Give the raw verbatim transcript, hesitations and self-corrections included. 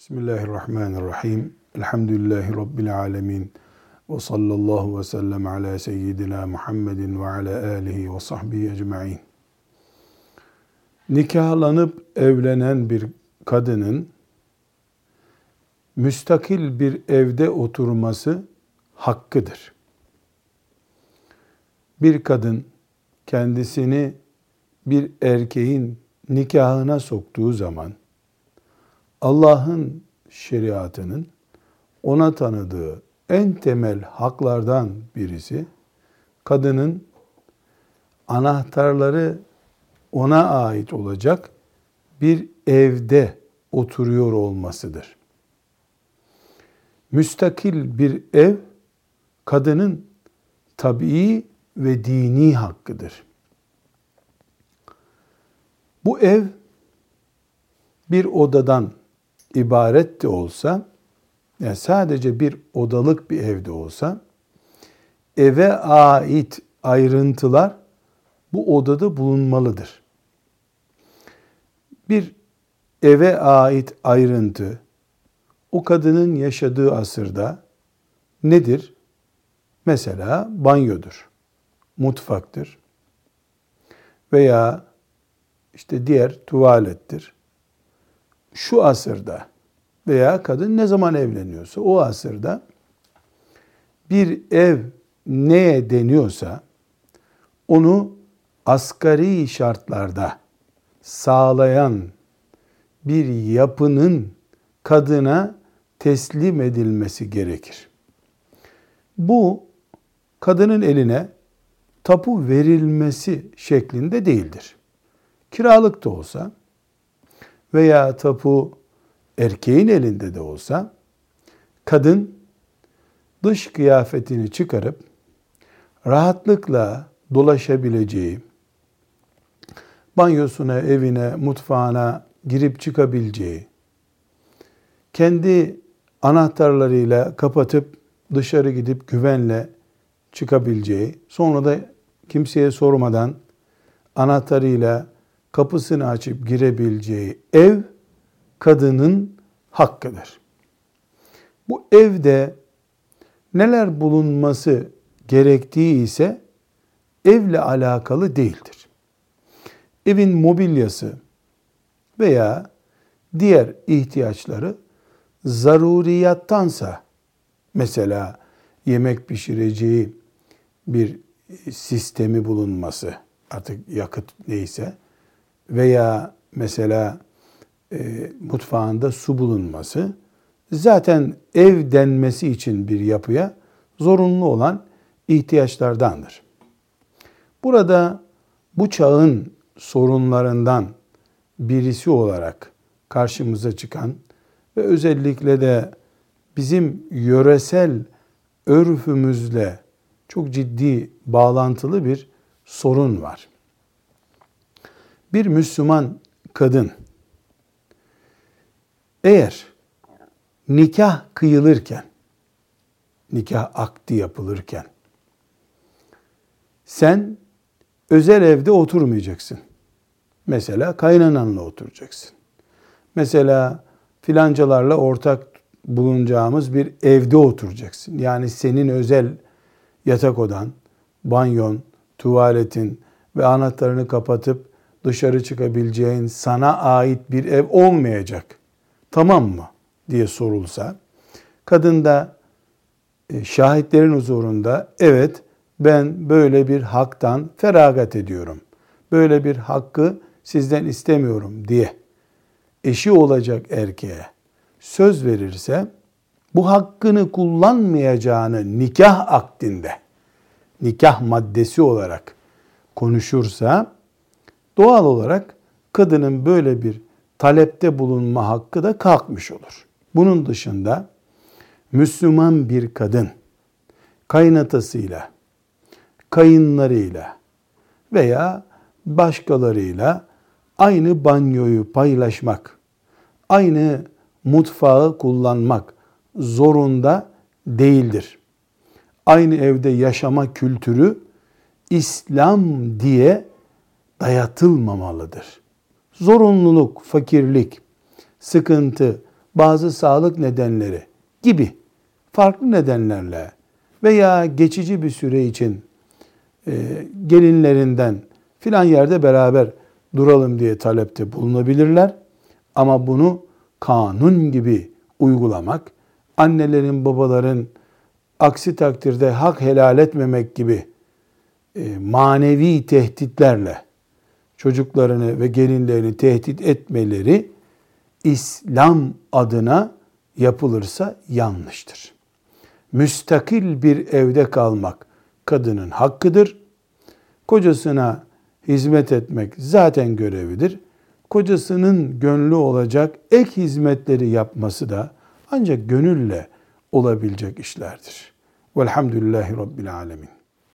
Bismillahirrahmanirrahim. Elhamdülillahi Rabbil alemin. Ve sallallahu ve sellem ala seyyidina Muhammedin ve ala alihi ve sahbihi ecma'in. Nikahlanıp evlenen bir kadının müstakil bir evde oturması hakkıdır. Bir kadın kendisini bir erkeğin nikahına soktuğu zaman Allah'ın şeriatının ona tanıdığı en temel haklardan birisi, kadının anahtarları ona ait olacak bir evde oturuyor olmasıdır. Müstakil bir ev, kadının tabii ve dini hakkıdır. Bu ev bir odadan ibaret de olsa, yani sadece bir odalık bir evde olsa, eve ait ayrıntılar bu odada bulunmalıdır. Bir eve ait ayrıntı, o kadının yaşadığı asırda nedir? Mesela banyodur, mutfaktır veya işte diğer tuvalettir. Şu asırda veya kadın ne zaman evleniyorsa o asırda bir ev neye deniyorsa onu asgari şartlarda sağlayan bir yapının kadına teslim edilmesi gerekir. Bu kadının eline tapu verilmesi şeklinde değildir. Kiralık da olsa veya tapu erkeğin elinde de olsa, kadın dış kıyafetini çıkarıp rahatlıkla dolaşabileceği, banyosuna, evine, mutfağına girip çıkabileceği, kendi anahtarlarıyla kapatıp dışarı gidip güvenle çıkabileceği, sonra da kimseye sormadan anahtarıyla kapısını açıp girebileceği ev kadının hakkıdır. Bu evde neler bulunması gerektiği ise evle alakalı değildir. Evin mobilyası veya diğer ihtiyaçları zaruriyattansa, mesela yemek pişireceği bir sistemi bulunması, artık yakıt neyse, veya mesela e, mutfağında su bulunması, zaten ev denmesi için bir yapıya zorunlu olan ihtiyaçlardandır. Burada bu çağın sorunlarından birisi olarak karşımıza çıkan ve özellikle de bizim yöresel örfümüzle çok ciddi bağlantılı bir sorun var. Bir Müslüman kadın eğer nikah kıyılırken, nikah akdi yapılırken sen özel evde oturmayacaksın. Mesela kaynananla oturacaksın. Mesela filancalarla ortak bulunacağımız bir evde oturacaksın. Yani senin özel yatak odan, banyon, tuvaletin ve anahtarını kapatıp dışarı çıkabileceğin sana ait bir ev olmayacak. Tamam mı diye sorulsa, kadın da şahitlerin huzurunda evet ben böyle bir haktan feragat ediyorum, böyle bir hakkı sizden istemiyorum diye eşi olacak erkeğe söz verirse, bu hakkını kullanmayacağını nikah akdinde, nikah maddesi olarak konuşursa, doğal olarak kadının böyle bir talepte bulunma hakkı da kalkmış olur. Bunun dışında Müslüman bir kadın kaynatasıyla, kayınlarıyla veya başkalarıyla aynı banyoyu paylaşmak, aynı mutfağı kullanmak zorunda değildir. Aynı evde yaşama kültürü İslam diye dayatılmamalıdır. Zorunluluk, fakirlik, sıkıntı, bazı sağlık nedenleri gibi farklı nedenlerle veya geçici bir süre için e, gelinlerinden filan yerde beraber duralım diye talepte bulunabilirler. Ama bunu kanun gibi uygulamak, annelerin, babaların aksi takdirde hak helal etmemek gibi e, manevi tehditlerle çocuklarını ve gelinlerini tehdit etmeleri İslam adına yapılırsa yanlıştır. Müstakil bir evde kalmak kadının hakkıdır. Kocasına hizmet etmek zaten görevidir. Kocasının gönlü olacak ek hizmetleri yapması da ancak gönülle olabilecek işlerdir. Velhamdülillahi Rabbil Alemin.